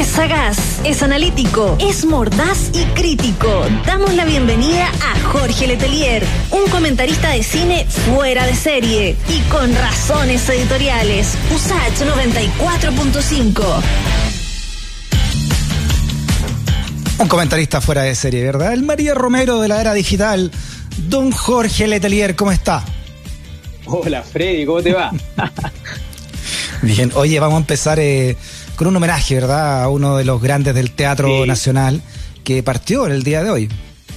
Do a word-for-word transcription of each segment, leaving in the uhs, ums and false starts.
Es sagaz, es analítico, es mordaz y crítico. Damos la bienvenida a Jorge Letelier, un comentarista de cine fuera de serie y con razones editoriales. U S A H noventa y cuatro punto cinco. Un comentarista fuera de serie, ¿verdad? El María Romero de la era digital. Don Jorge Letelier, ¿cómo está? Hola, Freddy, ¿cómo te va? Bien, oye, vamos a empezar eh, con un homenaje, ¿verdad? A uno de los grandes del Teatro sí. Nacional que partió en el día de hoy.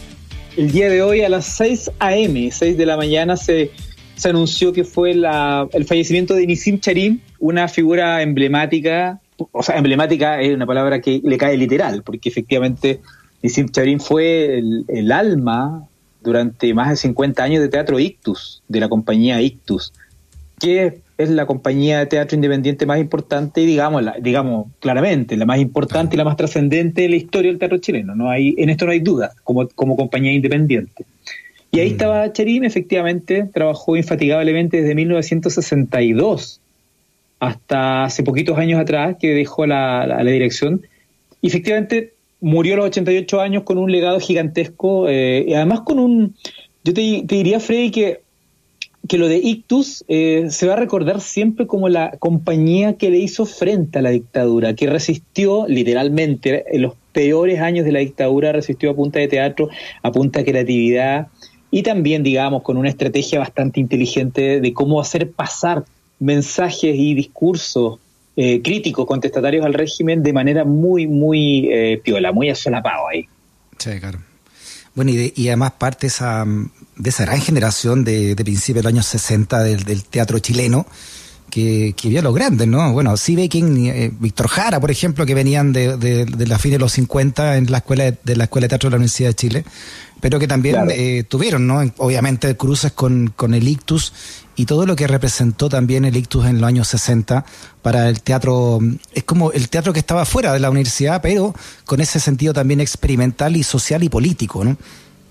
El día de hoy a las seis a eme, seis de la mañana, se, se anunció que fue la, el fallecimiento de Nissim Charim, una figura emblemática. O sea, emblemática es una palabra que le cae literal, porque efectivamente Nissim Charim fue el, el alma durante más de cincuenta años de Teatro Ictus, de la compañía Ictus, que es la compañía de teatro independiente más importante y digamos, la, digamos claramente, la más importante y la más trascendente de la historia del teatro chileno. No hay, en esto no hay duda, como, como compañía independiente. Y ahí mm. estaba Charim, efectivamente, trabajó infatigablemente desde mil novecientos sesenta y dos hasta hace poquitos años atrás, que dejó la, la, la dirección. Y efectivamente murió a los ochenta y ocho años con un legado gigantesco, eh, y además con un... Yo te, te diría, Freddy, que que lo de Ictus eh, se va a recordar siempre como la compañía que le hizo frente a la dictadura, que resistió literalmente en los peores años de la dictadura, resistió a punta de teatro, a punta de creatividad y también, digamos, con una estrategia bastante inteligente de cómo hacer pasar mensajes y discursos eh, críticos, contestatarios al régimen de manera muy, muy eh, piola, muy asolapado ahí. Sí, claro. Bueno, y, de, y además parte esa, de esa gran generación de, de principios de los años sesenta del, del teatro chileno que, que vio a los grandes, ¿no? Bueno, Sieveking, eh, Víctor Jara, por ejemplo, que venían de, de, de la fin de los cincuenta en la escuela de, de la Escuela de Teatro de la Universidad de Chile, pero que también claro. eh, tuvieron, ¿no? Obviamente cruces con, con el Ictus y todo lo que representó también el Ictus en los años sesenta para el teatro. Es como el teatro que estaba fuera de la universidad, pero con ese sentido también experimental y social y político, ¿no?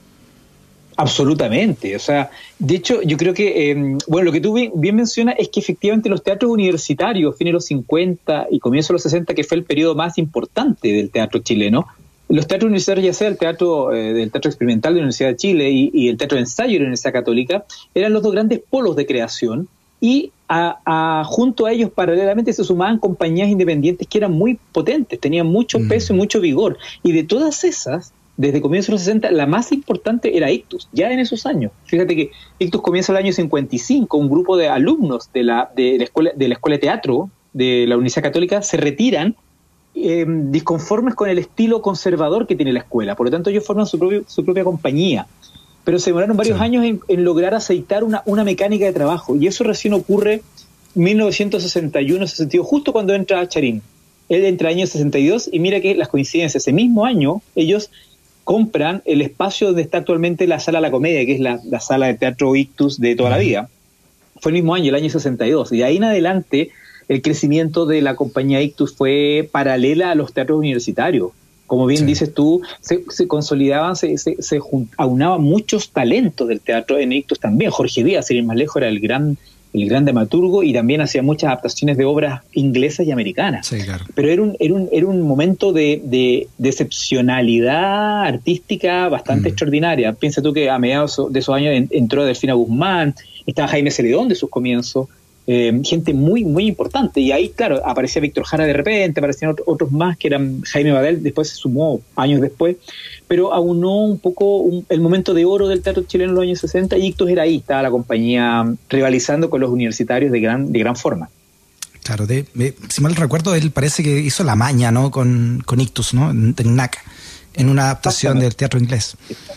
Absolutamente, o sea, de hecho yo creo que, eh, bueno, lo que tú bien, bien mencionas es que efectivamente los teatros universitarios, fines de los cincuenta y comienzos de los sesenta, que fue el periodo más importante del teatro chileno, los teatros universitarios, ya sea el teatro eh, del Teatro Experimental de la Universidad de Chile y, y el Teatro de Ensayo de la Universidad Católica, eran los dos grandes polos de creación y a, a, junto a ellos paralelamente se sumaban compañías independientes que eran muy potentes, tenían mucho peso y mucho vigor, y de todas esas, desde comienzos de los sesenta, la más importante era Ictus, ya en esos años. Fíjate que Ictus comienza el año cincuenta y cinco, un grupo de alumnos de la, de la, escuela, de la Escuela de Teatro de la Universidad Católica se retiran eh, disconformes con el estilo conservador que tiene la escuela, por lo tanto ellos forman su, propio, su propia compañía, pero se demoraron varios sí. años en, en lograr aceitar una, una mecánica de trabajo, y eso recién ocurre en mil novecientos sesenta y uno, sesenta y dos, justo cuando entra Charim. Él entra en el año sesenta y dos y mira que las coincidencias, ese mismo año ellos compran el espacio donde está actualmente la Sala La Comedia, que es la, la sala de teatro Ictus de toda la vida. Fue el mismo año, el año sesenta y dos, y de ahí en adelante el crecimiento de la compañía Ictus fue paralela a los teatros universitarios. Como bien sí. dices tú, se, se consolidaban, se, se, se aunaban muchos talentos del teatro en Ictus también. Jorge Díaz, sin ir más lejos, era el gran, el gran dramaturgo y también hacía muchas adaptaciones de obras inglesas y americanas. Sí, claro. Pero era un, era un, era un momento de, de, de excepcionalidad artística bastante mm. extraordinaria. Piensa tú que a mediados de esos años entró Delfina Guzmán, estaba Jaime Celedón de sus comienzos, Eh, gente muy, muy importante. Y ahí, claro, aparecía Víctor Jara de repente, aparecían otros, otros más que eran Jaime Badel, después se sumó años después, pero aunó un poco un, el momento de oro del teatro chileno en los años sesenta, y Ictus era ahí, estaba la compañía rivalizando con los universitarios de gran, de gran forma. Claro, de, de, si mal recuerdo, él parece que hizo la maña, ¿no? Con, con Ictus, ¿no? En, en N A C, en una adaptación del teatro inglés.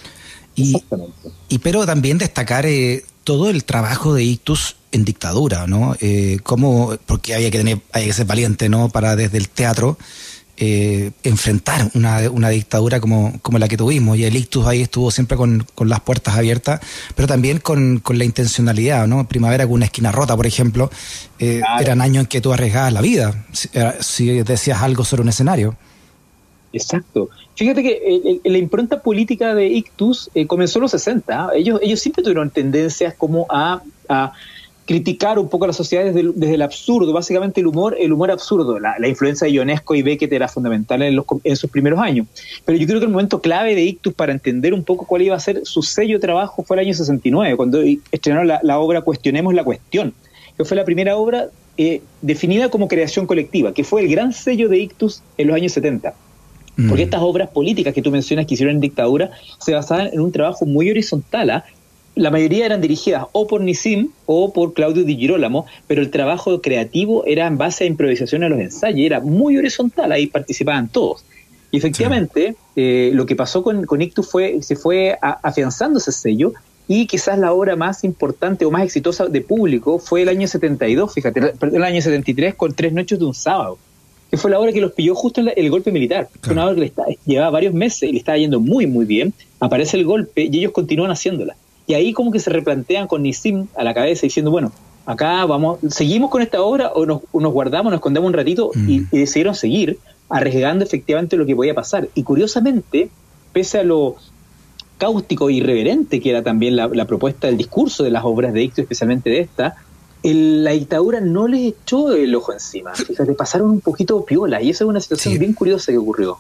Y, y pero también destacar eh, todo el trabajo de Ictus en dictadura, ¿no? Eh, cómo, porque había que tener, había que ser valiente, ¿no? Para desde el teatro eh, enfrentar una, una dictadura como, como la que tuvimos, y el Ictus ahí estuvo siempre con, con las puertas abiertas, pero también con, con la intencionalidad, ¿no? Primavera con una esquina rota, por ejemplo, eh, claro. eran años en que tú arriesgabas la vida si, si decías algo sobre un escenario. Exacto. Fíjate que eh, la impronta política de Ictus eh, comenzó en los sesenta. Ellos, ellos siempre tuvieron tendencias como a, a criticar un poco a la sociedad desde el, desde el absurdo, básicamente el humor, el humor absurdo. La, la influencia de Ionesco y Beckett era fundamental en, los, en sus primeros años. Pero yo creo que el momento clave de Ictus para entender un poco cuál iba a ser su sello de trabajo fue el año sesenta y nueve, cuando estrenaron la, la obra Cuestionemos la Cuestión, que fue la primera obra eh, definida como creación colectiva, que fue el gran sello de Ictus en los años setenta. Mm. Porque estas obras políticas que tú mencionas que hicieron en dictadura se basaban en un trabajo muy horizontal, ¿eh? La mayoría eran dirigidas o por Nissim o por Claudio Di Girolamo, pero el trabajo creativo era en base a improvisación a los ensayos, era muy horizontal, ahí participaban todos. Y efectivamente, sí. eh, lo que pasó con, con Ictus fue, se fue a, afianzando ese sello, y quizás la obra más importante o más exitosa de público fue el año setenta y dos, fíjate, perdón, el año setenta y tres, con Tres noches de un sábado, que fue la obra que los pilló justo en la, el golpe militar. Claro. Fue una obra que le está, llevaba varios meses y le estaba yendo muy, muy bien, aparece el golpe y ellos continúan haciéndola. Y ahí como que se replantean con Nissim a la cabeza diciendo, bueno, acá vamos, ¿seguimos con esta obra o nos, o nos guardamos, nos escondemos un ratito? Mm. Y, y decidieron seguir, arriesgando efectivamente lo que podía pasar. Y curiosamente, pese a lo cáustico e irreverente que era también la, la propuesta del discurso de las obras de Ictus, especialmente de esta, el, la dictadura no les echó el ojo encima. Fíjate, pasaron un poquito piola, y esa es una situación sí. bien curiosa que ocurrió.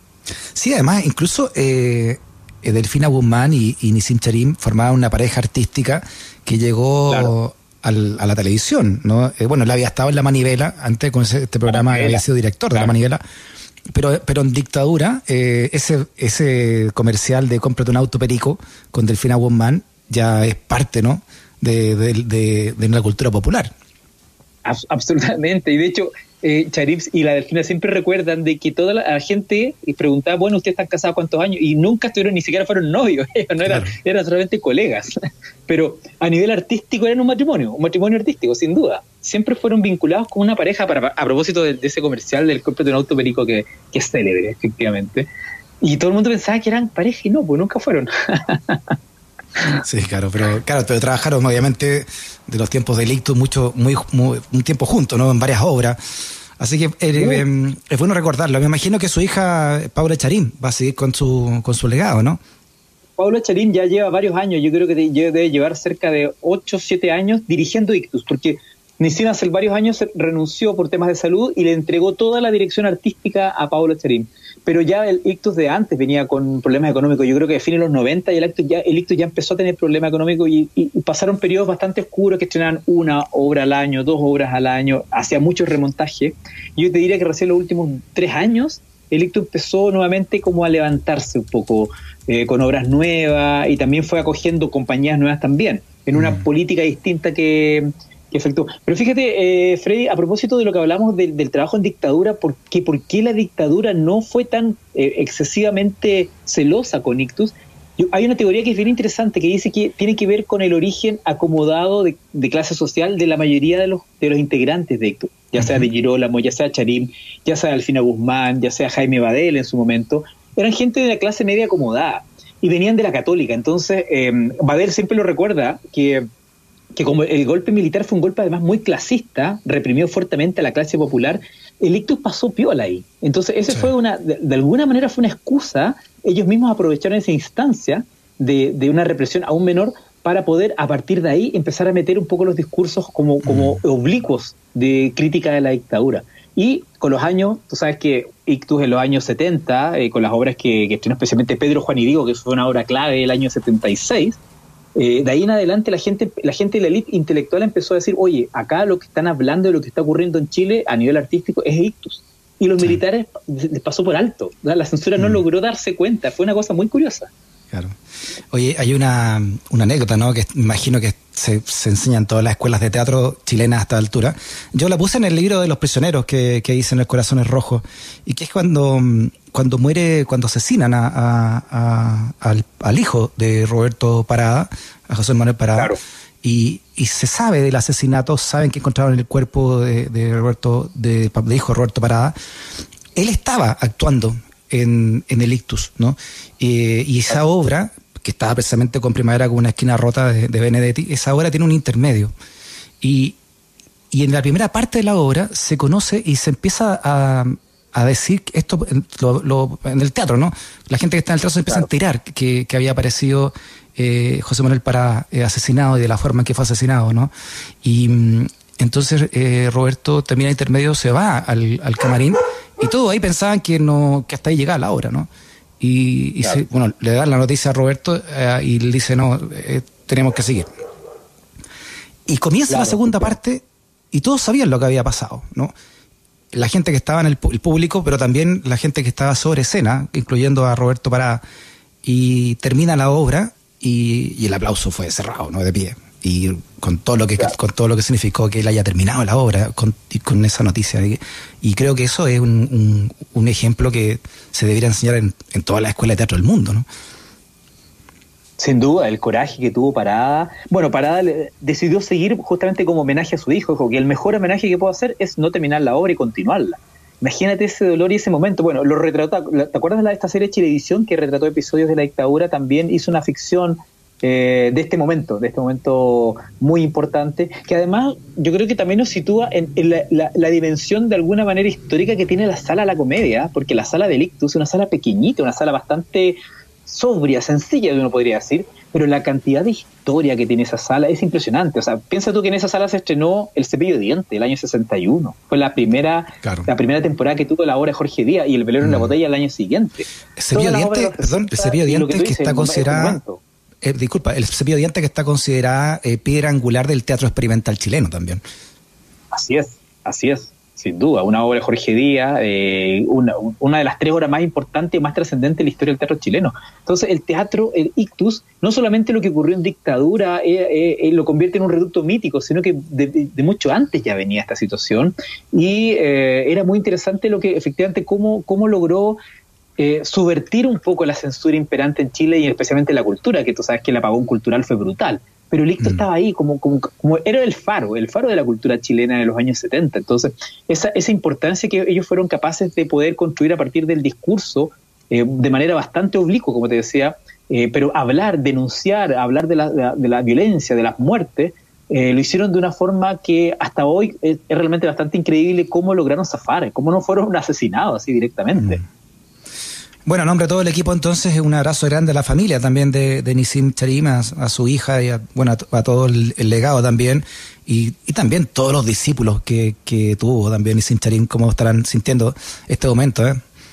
Sí, además, incluso... Eh... Delfina Guzmán y, y Nissim Charim formaban una pareja artística que llegó claro. al, a la televisión, ¿no? Eh, bueno, él había estado en La Manivela, antes con ese, este programa había sido director claro. de La Manivela, pero, pero en dictadura, eh, ese, ese comercial de cómprate un auto perico con Delfina Guzmán ya es parte, ¿no? de, de, de, de una cultura popular. Absolutamente, y de hecho eh, Charim y la Delfina siempre recuerdan de que toda la, la gente preguntaba, bueno, ¿ustedes están casados cuántos años? Y nunca estuvieron, ni siquiera fueron novios, ellos no eran, claro. eran solamente colegas, pero a nivel artístico eran un matrimonio, un matrimonio artístico, sin duda. Siempre fueron vinculados con una pareja, para, a propósito de, de ese comercial del cómprate un auto perico que, que es célebre, efectivamente. Y todo el mundo pensaba que eran pareja y no, pues nunca fueron. Sí, claro, pero claro, pero trabajaron obviamente de los tiempos de Ictus mucho, muy, muy, un tiempo juntos, ¿no? En varias obras. Así que eh, eh, es bueno recordarlo. Me imagino que su hija Paula Charim va a seguir con su con su legado, ¿no? Paula Charim ya lleva varios años, yo creo que debe llevar cerca de ocho o siete años dirigiendo Ictus, porque Nissim hace varios años renunció por temas de salud y le entregó toda la dirección artística a Paula Charim. Pero ya el Ictus de antes venía con problemas económicos. Yo creo que a fines de los noventa y el Ictus ya, el Ictus ya empezó a tener problemas económicos y, y, y pasaron periodos bastante oscuros que estrenaban una obra al año, dos obras al año, hacía muchos remontajes. Yo te diría que recién los últimos tres años el Ictus empezó nuevamente como a levantarse un poco eh, con obras nuevas y también fue acogiendo compañías nuevas también, en una mm. política distinta que... que efectuó. Pero fíjate, eh, Freddy, a propósito de lo que hablamos de, del trabajo en dictadura, ¿por qué, ¿por qué la dictadura no fue tan eh, excesivamente celosa con Ictus? Yo, hay una teoría que es bien interesante que dice que tiene que ver con el origen acomodado de, de clase social de la mayoría de los, de los integrantes de Ictus, ya sea uh-huh. de Girolamo, ya sea Charim, ya sea Delfina Guzmán, ya sea Jaime Badel en su momento, eran gente de la clase media acomodada y venían de la católica. Entonces, eh, Badel siempre lo recuerda que que como el golpe militar fue un golpe además muy clasista, reprimió fuertemente a la clase popular, el Ictus pasó piola ahí. Entonces, ese sí. fue una, de, de alguna manera fue una excusa, ellos mismos aprovecharon esa instancia de, de una represión aún menor para poder, a partir de ahí, empezar a meter un poco los discursos como, como mm. oblicuos de crítica de la dictadura. Y con los años, tú sabes que Ictus en los años setenta, eh, con las obras que, que estrenó especialmente Pedro, Juan y Diego, que fue una obra clave del año setenta y seis, Eh, de ahí en adelante la gente la gente de la élite intelectual empezó a decir, oye, acá lo que están hablando de lo que está ocurriendo en Chile a nivel artístico es Ictus. Y los sí. militares les pasó por alto. La censura mm. no logró darse cuenta. Fue una cosa muy curiosa. Claro. Oye, hay una, una anécdota, ¿no? Que me imagino que se, se enseña en todas las escuelas de teatro chilenas a esta altura. Yo la puse en el libro de Los Prisioneros que, que hice en El Corazones Rojos, y que es cuando, cuando muere, cuando asesinan a, a, a, al, al hijo de Roberto Parada, a José Manuel Parada. Claro. Y, y se sabe del asesinato, saben que encontraron el cuerpo de, de Roberto, de, de hijo de Roberto Parada. Él estaba actuando en, en el Ictus, ¿no? Eh, y esa obra, que estaba precisamente con Primavera con una esquina rota de, de Benedetti, esa obra tiene un intermedio. Y, y en la primera parte de la obra se conoce y se empieza a, a decir esto lo, lo, en el teatro, ¿no? La gente que está en el teatro se empieza claro. a enterar que, que había aparecido eh, José Manuel Pará eh, asesinado y de la forma en que fue asesinado, ¿no? Y mm, entonces eh, Roberto termina intermedio, se va al, al camarín y todos ahí pensaban que no que hasta ahí llegaba la hora, ¿no? Y, y claro. se, bueno, le dan la noticia a Roberto eh, y le dice, no, eh, tenemos que seguir. Y comienza claro, la segunda claro. parte y todos sabían lo que había pasado, ¿no? La gente que estaba en el, el público, pero también la gente que estaba sobre escena, incluyendo a Roberto Pará, y termina la obra y, y el aplauso fue cerrado, ¿no? De pie. Y con todo lo que claro. con todo lo que significó que él haya terminado la obra con, con esa noticia. Y, y creo que eso es un, un, un ejemplo que se debería enseñar en, en todas las escuelas de teatro del mundo, ¿no? Sin duda, el coraje que tuvo Parada. Bueno, Parada decidió seguir justamente como homenaje a su hijo. Dijo que el mejor homenaje que puedo hacer es no terminar la obra y continuarla. Imagínate ese dolor y ese momento. Bueno, lo retrató. ¿Te acuerdas de esta serie Chilevisión que retrató episodios de la dictadura? También hizo una ficción eh, de este momento, de este momento muy importante, que además yo creo que también nos sitúa en, en la, la, la dimensión de alguna manera histórica que tiene la sala La Comedia, porque la sala del Ictus es una sala pequeñita, una sala bastante sobria, sencilla, uno podría decir, pero la cantidad de historia que tiene esa sala es impresionante. O sea, piensa tú que en esa sala se estrenó El Cepillo de Dientes el año sesenta y uno. Fue la primera claro. la primera temporada que tuvo la obra de Jorge Díaz, y El Velero mm. en la Botella el año siguiente. El Cepillo de Dientes, perdón, el Cepillo de Dientes que, que está considerada, eh, disculpa, el Cepillo de Dientes que está considerada eh, piedra angular del teatro experimental chileno también. Así es, así es. Sin duda, una obra de Jorge Díaz, eh, una, una de las tres obras más importantes y más trascendentes de la historia del teatro chileno. Entonces, el teatro, el Ictus, no solamente lo que ocurrió en dictadura eh, eh, lo convierte en un reducto mítico, sino que de, de, de mucho antes ya venía esta situación. Y eh, era muy interesante lo que, efectivamente, cómo, cómo logró eh, subvertir un poco la censura imperante en Chile y especialmente la cultura, que tú sabes que el apagón cultural fue brutal. Pero el Ictus mm. estaba ahí, como, como, como era el faro, el faro de la cultura chilena en los años setenta. Entonces, esa, esa importancia que ellos fueron capaces de poder construir a partir del discurso, eh, de manera bastante oblicua, como te decía, eh, pero hablar, denunciar, hablar de la, de la, de la violencia, de las muertes, eh, lo hicieron de una forma que hasta hoy es, es realmente bastante increíble cómo lograron zafar, cómo no fueron asesinados así directamente. Mm. Bueno, en nombre de todo el equipo, entonces, un abrazo grande a la familia también de, de Nissim Charim, a, a su hija y a, bueno, a, a todo el, el legado también, y, y también todos los discípulos que, que tuvo también Nissim Charim, cómo estarán sintiendo este momento, ¿eh?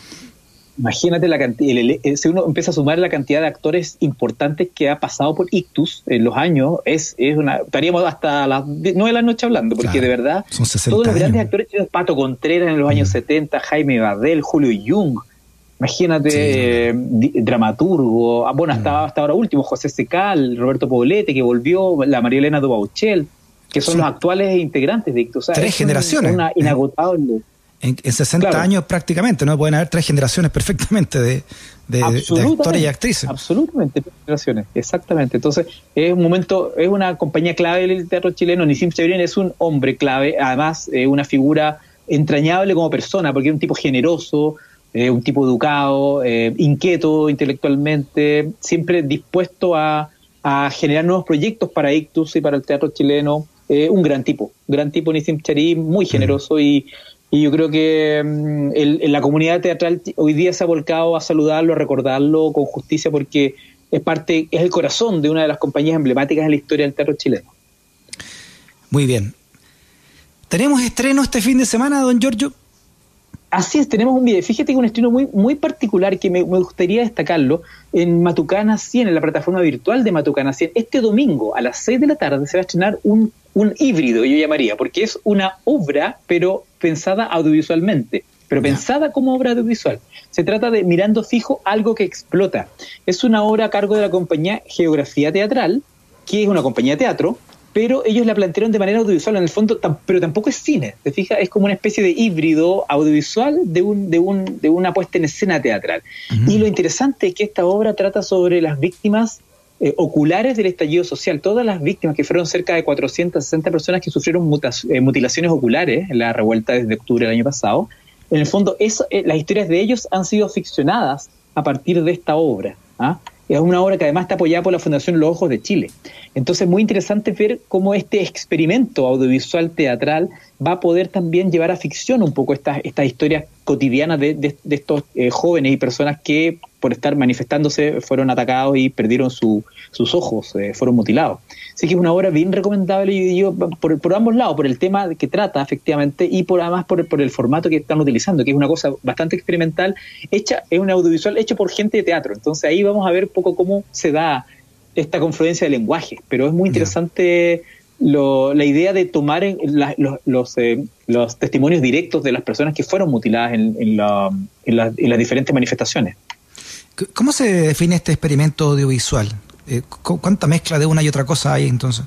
Imagínate la cantidad, si uno empieza a sumar la cantidad de actores importantes que ha pasado por Ictus en los años, es, es una, estaríamos hasta las nueve de la noche hablando, porque claro, de verdad, todos los grandes años. actores, Pato Contreras en los años mm. setenta, Jaime Gardel, Julio Jung, imagínate, sí. eh, dramaturgo, bueno, hasta, mm. hasta ahora último, José Secal, Roberto Poblete, que volvió, la María Elena Dubauchel, que son sí. los actuales integrantes de Ictus. O sea, tres generaciones. Una inagotable. En, en sesenta claro. años prácticamente, ¿no? Pueden haber tres generaciones perfectamente de, de, de actores y actrices. Absolutamente, tres generaciones, exactamente. Entonces, es un momento, es una compañía clave del teatro chileno. Nissim Charim es un hombre clave, además, eh, una figura entrañable como persona, porque es un tipo generoso, Eh, un tipo educado, eh, inquieto intelectualmente, siempre dispuesto a, a generar nuevos proyectos para Ictus y para el teatro chileno. Eh, un gran tipo, gran tipo Nissim Charim, muy generoso, mm. y, y yo creo que um, el, el, la comunidad teatral hoy día se ha volcado a saludarlo, a recordarlo con justicia, porque es parte, es el corazón de una de las compañías emblemáticas en la historia del teatro chileno. Muy bien. ¿Tenemos estreno este fin de semana, don Giorgio? Así es, tenemos un video. Fíjate que un estreno muy, muy particular que me, me gustaría destacarlo en Matucana cien, en la plataforma virtual de Matucana cien. Este domingo a las seis de la tarde se va a estrenar un, un híbrido, yo llamaría, porque es una obra, pero pensada audiovisualmente, pero pensada como obra audiovisual. Se trata de Mirando Fijo, algo que explota. Es una obra a cargo de la compañía Geografía Teatral, que es una compañía de teatro, pero ellos la plantearon de manera audiovisual en el fondo, tam, pero tampoco es cine, ¿te fijas? Es como una especie de híbrido audiovisual de un de un de una puesta en escena teatral. Uh-huh. Y lo interesante es que esta obra trata sobre las víctimas eh, oculares del estallido social, todas las víctimas, que fueron cerca de cuatrocientas sesenta personas que sufrieron mutas, eh, mutilaciones oculares en la revuelta desde octubre del año pasado. En el fondo, eso, eh, las historias de ellos han sido ficcionadas a partir de esta obra, ¿ah? Es una obra que además está apoyada por la Fundación Los Ojos de Chile. Entonces, muy interesante ver cómo este experimento audiovisual teatral va a poder también llevar a ficción un poco estas estas historias cotidianas de, de, de estos eh, jóvenes y personas que por estar manifestándose fueron atacados y perdieron su, sus ojos, eh, fueron mutilados. Así que es una obra bien recomendable, yo digo, por, por ambos lados, por el tema que trata efectivamente y por además por, por el formato que están utilizando, que es una cosa bastante experimental, hecha, es un audiovisual hecho por gente de teatro. Entonces ahí vamos a ver un poco cómo se da esta confluencia de lenguaje, pero es muy interesante lo, la idea de tomar en la, los, los, eh, los testimonios directos de las personas que fueron mutiladas en, en, la, en, la, en las diferentes manifestaciones. ¿Cómo se define este experimento audiovisual? Eh, ¿Cuánta mezcla de una y otra cosa hay entonces?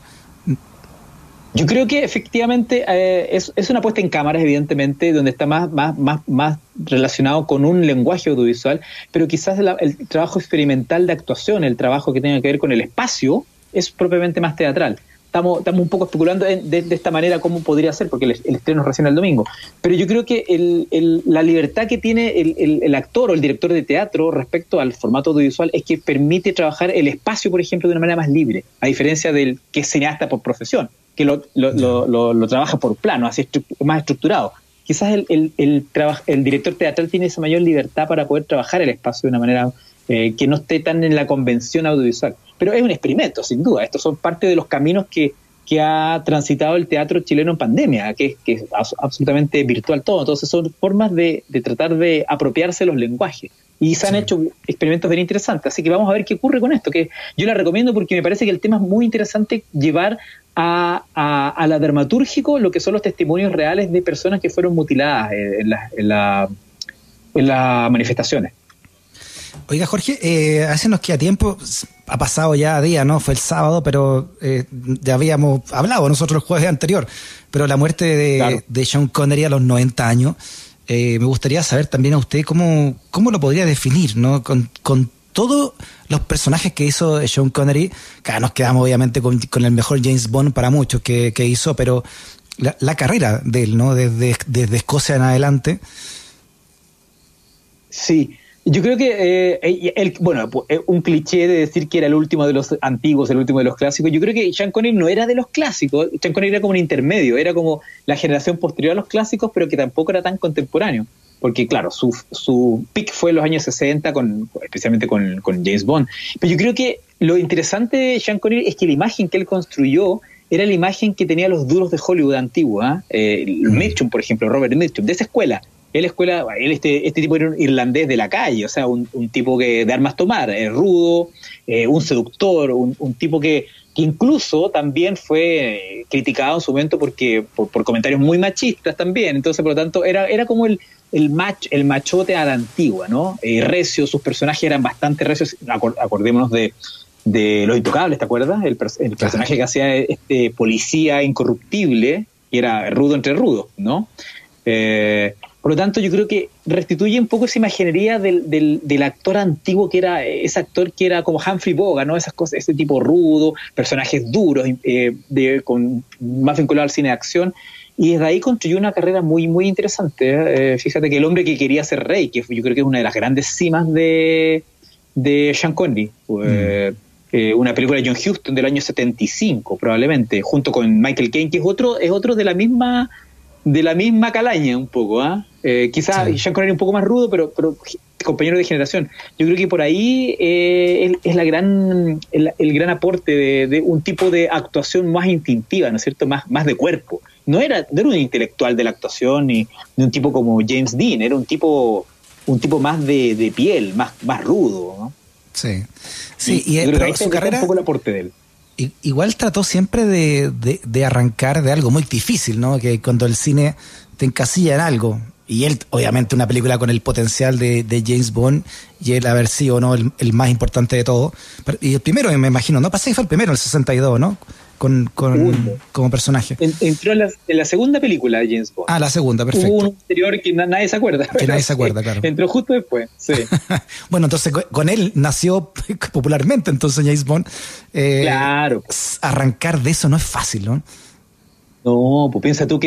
Yo creo que efectivamente eh, es, es una puesta en cámaras, evidentemente, donde está más, más, más, más relacionado con un lenguaje audiovisual, pero quizás la, el trabajo experimental de actuación, el trabajo que tenga que ver con el espacio, es propiamente más teatral. Estamos, estamos un poco especulando en, de, de esta manera cómo podría ser, porque el, el estreno es recién el domingo. Pero yo creo que el, el, la libertad que tiene el, el, el actor o el director de teatro respecto al formato audiovisual es que permite trabajar el espacio, por ejemplo, de una manera más libre, a diferencia del que es cineasta por profesión, que lo, lo, lo, lo, lo trabaja por plano, así estru- más estructurado. Quizás el, el, el, traba- el director teatral tiene esa mayor libertad para poder trabajar el espacio de una manera eh, que no esté tan en la convención audiovisual. Pero es un experimento, sin duda. Estos son parte de los caminos que, que ha transitado el teatro chileno en pandemia, que, que es absolutamente virtual todo. Entonces son formas de, de tratar de apropiarse los lenguajes. Y se han sí. hecho experimentos bien interesantes. Así que vamos a ver qué ocurre con esto, que yo la recomiendo porque me parece que el tema es muy interesante, llevar a, a, a la dermatúrgico lo que son los testimonios reales de personas que fueron mutiladas en las en la, en las manifestaciones. Oiga, Jorge, eh, a veces nos queda tiempo, ha pasado ya día, ¿no? Fue el sábado, pero eh, ya habíamos hablado nosotros el jueves anterior, pero la muerte de, claro. de Sean Connery a los noventa años, eh, me gustaría saber también a usted cómo, cómo lo podría definir, ¿no? Con, con todos los personajes que hizo Sean Connery, claro, nos quedamos obviamente con, con el mejor James Bond para muchos que, que hizo, pero la, la carrera de él, ¿no? Desde, desde Escocia en adelante. Sí. Yo creo que, eh, el, bueno, un cliché de decir que era el último de los antiguos, el último de los clásicos. Yo creo que Sean Connery no era de los clásicos. Sean Connery era como un intermedio, era como la generación posterior a los clásicos, pero que tampoco era tan contemporáneo. Porque, claro, su, su peak fue en los años sesenta, con, especialmente con, con James Bond. Pero yo creo que lo interesante de Sean Connery es que la imagen que él construyó era la imagen que tenía los duros de Hollywood antigua. ¿eh? Eh, Mitchum, por ejemplo, Robert Mitchum, de esa escuela. Él escuela, él este, este tipo era un irlandés de la calle, o sea, un, un tipo que de armas tomar, eh, rudo, eh, un seductor, un, un tipo que, que incluso también fue eh, criticado en su momento porque por, por comentarios muy machistas también. Entonces, por lo tanto, era, era como el, el, mach, el machote a la antigua, ¿no? Eh, recio, sus personajes eran bastante recios. Acordémonos de, de Los Intocables, ¿te acuerdas? El, el personaje que hacía este policía incorruptible, que era rudo entre rudos, ¿no? Eh, Por lo tanto, yo creo que restituye un poco esa imaginería del, del, del actor antiguo, que era ese actor que era como Humphrey Bogart, ¿no? Esas cosas, ese tipo rudo, personajes duros, eh, de, con, más vinculado al cine de acción. Y desde ahí construyó una carrera muy, muy interesante. ¿eh? Fíjate que El hombre que quería ser rey, que yo creo que es una de las grandes cimas de, de Sean Connery. Mm. Eh, eh, una película de John Huston del año setenta y cinco, probablemente, junto con Michael Caine, que es otro, es otro de la misma... de la misma calaña un poco, ¿ah? ¿eh? Eh, quizás sí. Sean Connery un poco más rudo, pero, pero compañero de generación. Yo creo que por ahí eh, es, es la gran el, el gran aporte de, de un tipo de actuación más instintiva, ¿no es cierto? Más, más de cuerpo. No era, no era un intelectual de la actuación ni de un tipo como James Dean, era un tipo un tipo más de, de piel, más, más rudo, ¿no? Sí, sí, y, y pero creo que ahí su carrera... un poco el aporte de él. Igual trató siempre de, de, de arrancar de algo muy difícil, ¿no? Que cuando el cine te encasilla en algo, y él, obviamente, una película con el potencial de, de James Bond, y él haber sido, ¿no? el, el más importante de todo. Pero, y el primero, me imagino, ¿no? Pasé que fue el primero, el sesenta y dos, ¿no? Con, con, como personaje. Entró en la, en la segunda película de James Bond. Ah, la segunda, perfecto. Hubo un anterior que na, nadie se acuerda. Que nadie se acuerda, claro. Entró justo después, sí. Bueno, entonces con él nació popularmente entonces James Bond. Eh, claro. Arrancar de eso no es fácil, ¿no? No, pues piensa tú que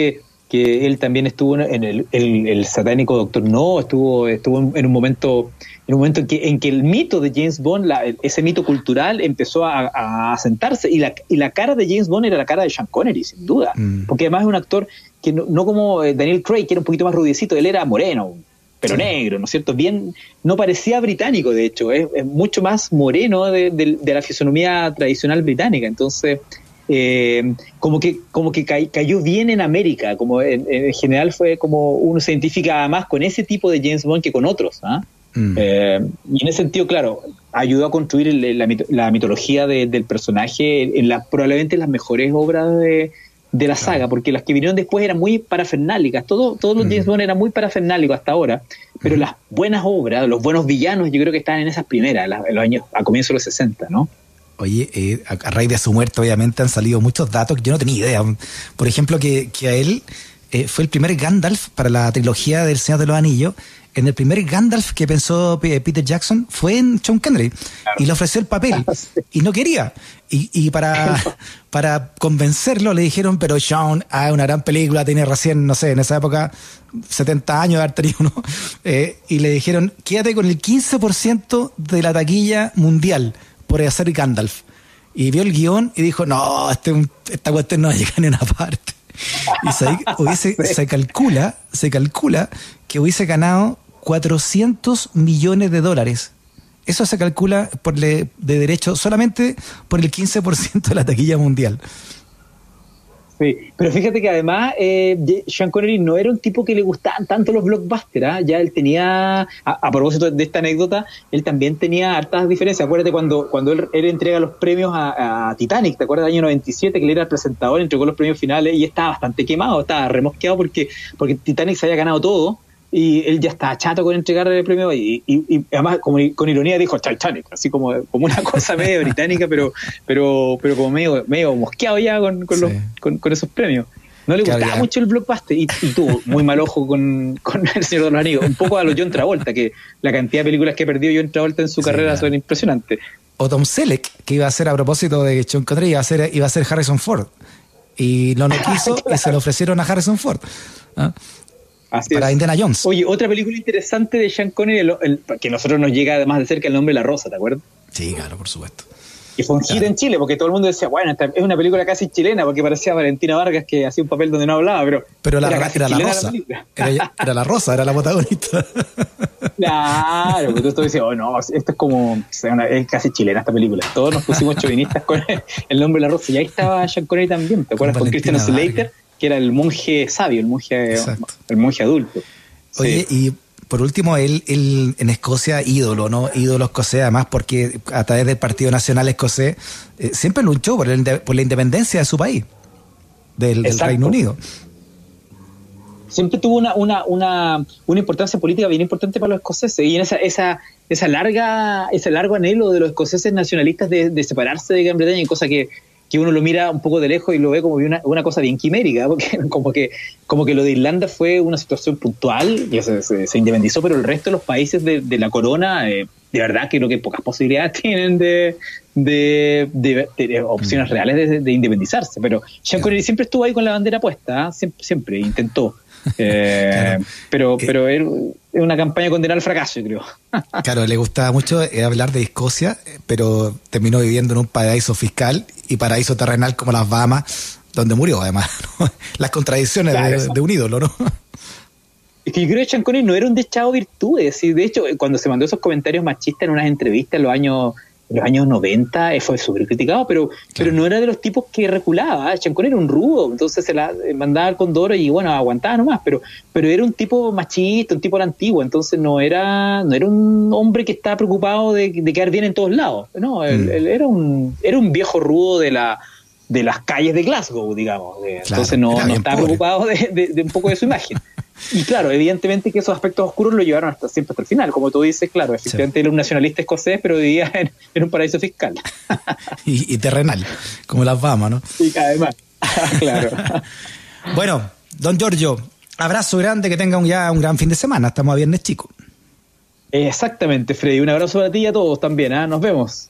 que él también estuvo en el, el, el satánico Doctor No, estuvo estuvo en, en un momento en un momento en que, en que el mito de James Bond, la, ese mito cultural empezó a, a asentarse, y la, y la cara de James Bond era la cara de Sean Connery, sin duda, mm. porque además es un actor que no, no como Daniel Craig, que era un poquito más rubiecito, él era moreno, pero sí. negro, ¿no es cierto? Bien, no parecía británico, de hecho, es, es mucho más moreno de, de, de la fisonomía tradicional británica, entonces... Eh, como que como que cay, cayó bien en América, como en, en general fue como uno se identifica más con ese tipo de James Bond que con otros, ¿eh? Mm. Eh, y en ese sentido, claro, ayudó a construir el, la, la mitología de, del personaje en la, probablemente las mejores obras de, de la saga, porque las que vinieron después eran muy parafernálicas, todo, todos los mm. James Bond eran muy parafernálicos hasta ahora, pero mm. las buenas obras, los buenos villanos, yo creo que están en esas primeras, en los años, a comienzos de los sesenta, ¿no? Oye, eh, a, a raíz de su muerte obviamente han salido muchos datos que yo no tenía idea. Por ejemplo, que, que a él eh, fue el primer Gandalf para la trilogía del Señor de los Anillos. En el primer Gandalf que pensó P- Peter Jackson fue en Sean Connery, claro. y le ofreció el papel y no quería. Y, y para, para convencerlo le dijeron, pero Sean, ah, una gran película, tiene recién, no sé, en esa época setenta años de haber tenido uno. Eh, y le dijeron, quédate con el quince por ciento de la taquilla mundial por hacer Gandalf. Y vio el guión y dijo, no, este, esta cuestión no va a llegar ni a una parte. Y se, hubiese, se calcula, se calcula que hubiese ganado cuatrocientos millones de dólares. Eso se calcula por le, de derecho solamente por el quince por ciento de la taquilla mundial. Sí, pero fíjate que además eh, Sean Connery no era un tipo que le gustaban tanto los blockbusters, ¿eh? Ya él tenía, a, a propósito de esta anécdota, él también tenía hartas diferencias. Acuérdate cuando, cuando él, él entrega los premios a, a Titanic, ¿te acuerdas del año noventa y siete? Que él era el presentador, entregó los premios finales y estaba bastante quemado, estaba remosqueado porque, porque Titanic se había ganado todo. Y él ya estaba chato con entregar el premio y, y, y además como, con ironía dijo Titanic, así como, como una cosa medio británica, pero pero pero como medio medio mosqueado ya con con, sí. los, con, con esos premios. No le gustaba mucho el blockbuster y, y tuvo muy mal ojo con, con El Señor de los Anillos, un poco a lo John Travolta, que la cantidad de películas que perdió John Travolta en su sí, carrera claro. son impresionantes. O Tom Selleck, que iba a ser a propósito de Sean Connery, iba a ser, iba a ser Harrison Ford y no lo quiso claro. y se lo ofrecieron a Harrison Ford. ¿Ah? Así para es. Indiana Jones. Oye, otra película interesante de Sean Connery, el, el, que a nosotros nos llega además de cerca, El Nombre de la Rosa, ¿te acuerdas? Sí, claro, por supuesto. Y fue un hit claro. en Chile, porque todo el mundo decía, bueno, esta es una película casi chilena, porque parecía Valentina Vargas que hacía un papel donde no hablaba, pero... Pero la, era, era la Rosa, la era, era la Rosa, era la protagonista. Claro, pero tú decías, oh no, esto es como, es casi chilena esta película. Todos nos pusimos chauvinistas con el, el Nombre de la Rosa, y ahí estaba Sean Connery también, ¿te acuerdas? Con, con Christian Slater, que era el monje sabio, el monje, el monje adulto. Oye, sí. Y por último, él, él en Escocia, ídolo, ¿no? Ídolo escocés, además, porque a través del Partido Nacional Escocés eh, siempre luchó por, el, por la independencia de su país, del, del Reino Unido. Siempre tuvo una, una, una, una importancia política bien importante para los escoceses, y en esa, esa, esa larga, ese largo anhelo de los escoceses nacionalistas de, de separarse de Gran Bretaña, cosa que que uno lo mira un poco de lejos y lo ve como una, una cosa bien quimérica, porque como que, como que lo de Irlanda fue una situación puntual, y se, se, se independizó, pero el resto de los países de, de la corona, eh, de verdad creo que pocas posibilidades tienen de, de, de, de, de opciones mm. reales de, de independizarse, pero Sean Connery siempre estuvo ahí con la bandera puesta, ¿eh? siempre, siempre intentó. Eh, claro. pero que, pero es una campaña condenada al fracaso, yo creo. Claro, le gustaba mucho hablar de Escocia, pero terminó viviendo en un paraíso fiscal y paraíso terrenal como las Bahamas, donde murió además, ¿no? Las contradicciones claro, de, de un ídolo, ¿no? Es que yo creo que Sean Connery no era un dechado de virtudes, y de hecho cuando se mandó esos comentarios machistas en unas entrevistas en los años en los años noventa fue súper criticado, pero claro. pero no era de los tipos que reculaba. Sean Connery era un rudo, entonces se la mandaba al Condoro y bueno, aguantaba nomás, pero pero era un tipo machista, un tipo antiguo, entonces no era no era un hombre que estaba preocupado de, de quedar bien en todos lados, no, él, mm. él era un era un viejo rudo de la de las calles de Glasgow, digamos, de, claro, entonces no, no estaba pobre. preocupado de, de, de un poco de su imagen. Y claro, evidentemente que esos aspectos oscuros lo llevaron hasta siempre hasta el final, como tú dices, claro, efectivamente sí. Era un nacionalista escocés, pero vivía en, en un paraíso fiscal. Y, y terrenal, como las Bahamas, ¿no? Y además, claro. Bueno, don Giorgio, abrazo grande, que tenga un, ya un gran fin de semana, estamos a viernes chico. Exactamente, Freddy, un abrazo para ti y a todos también, ¿eh? Nos vemos.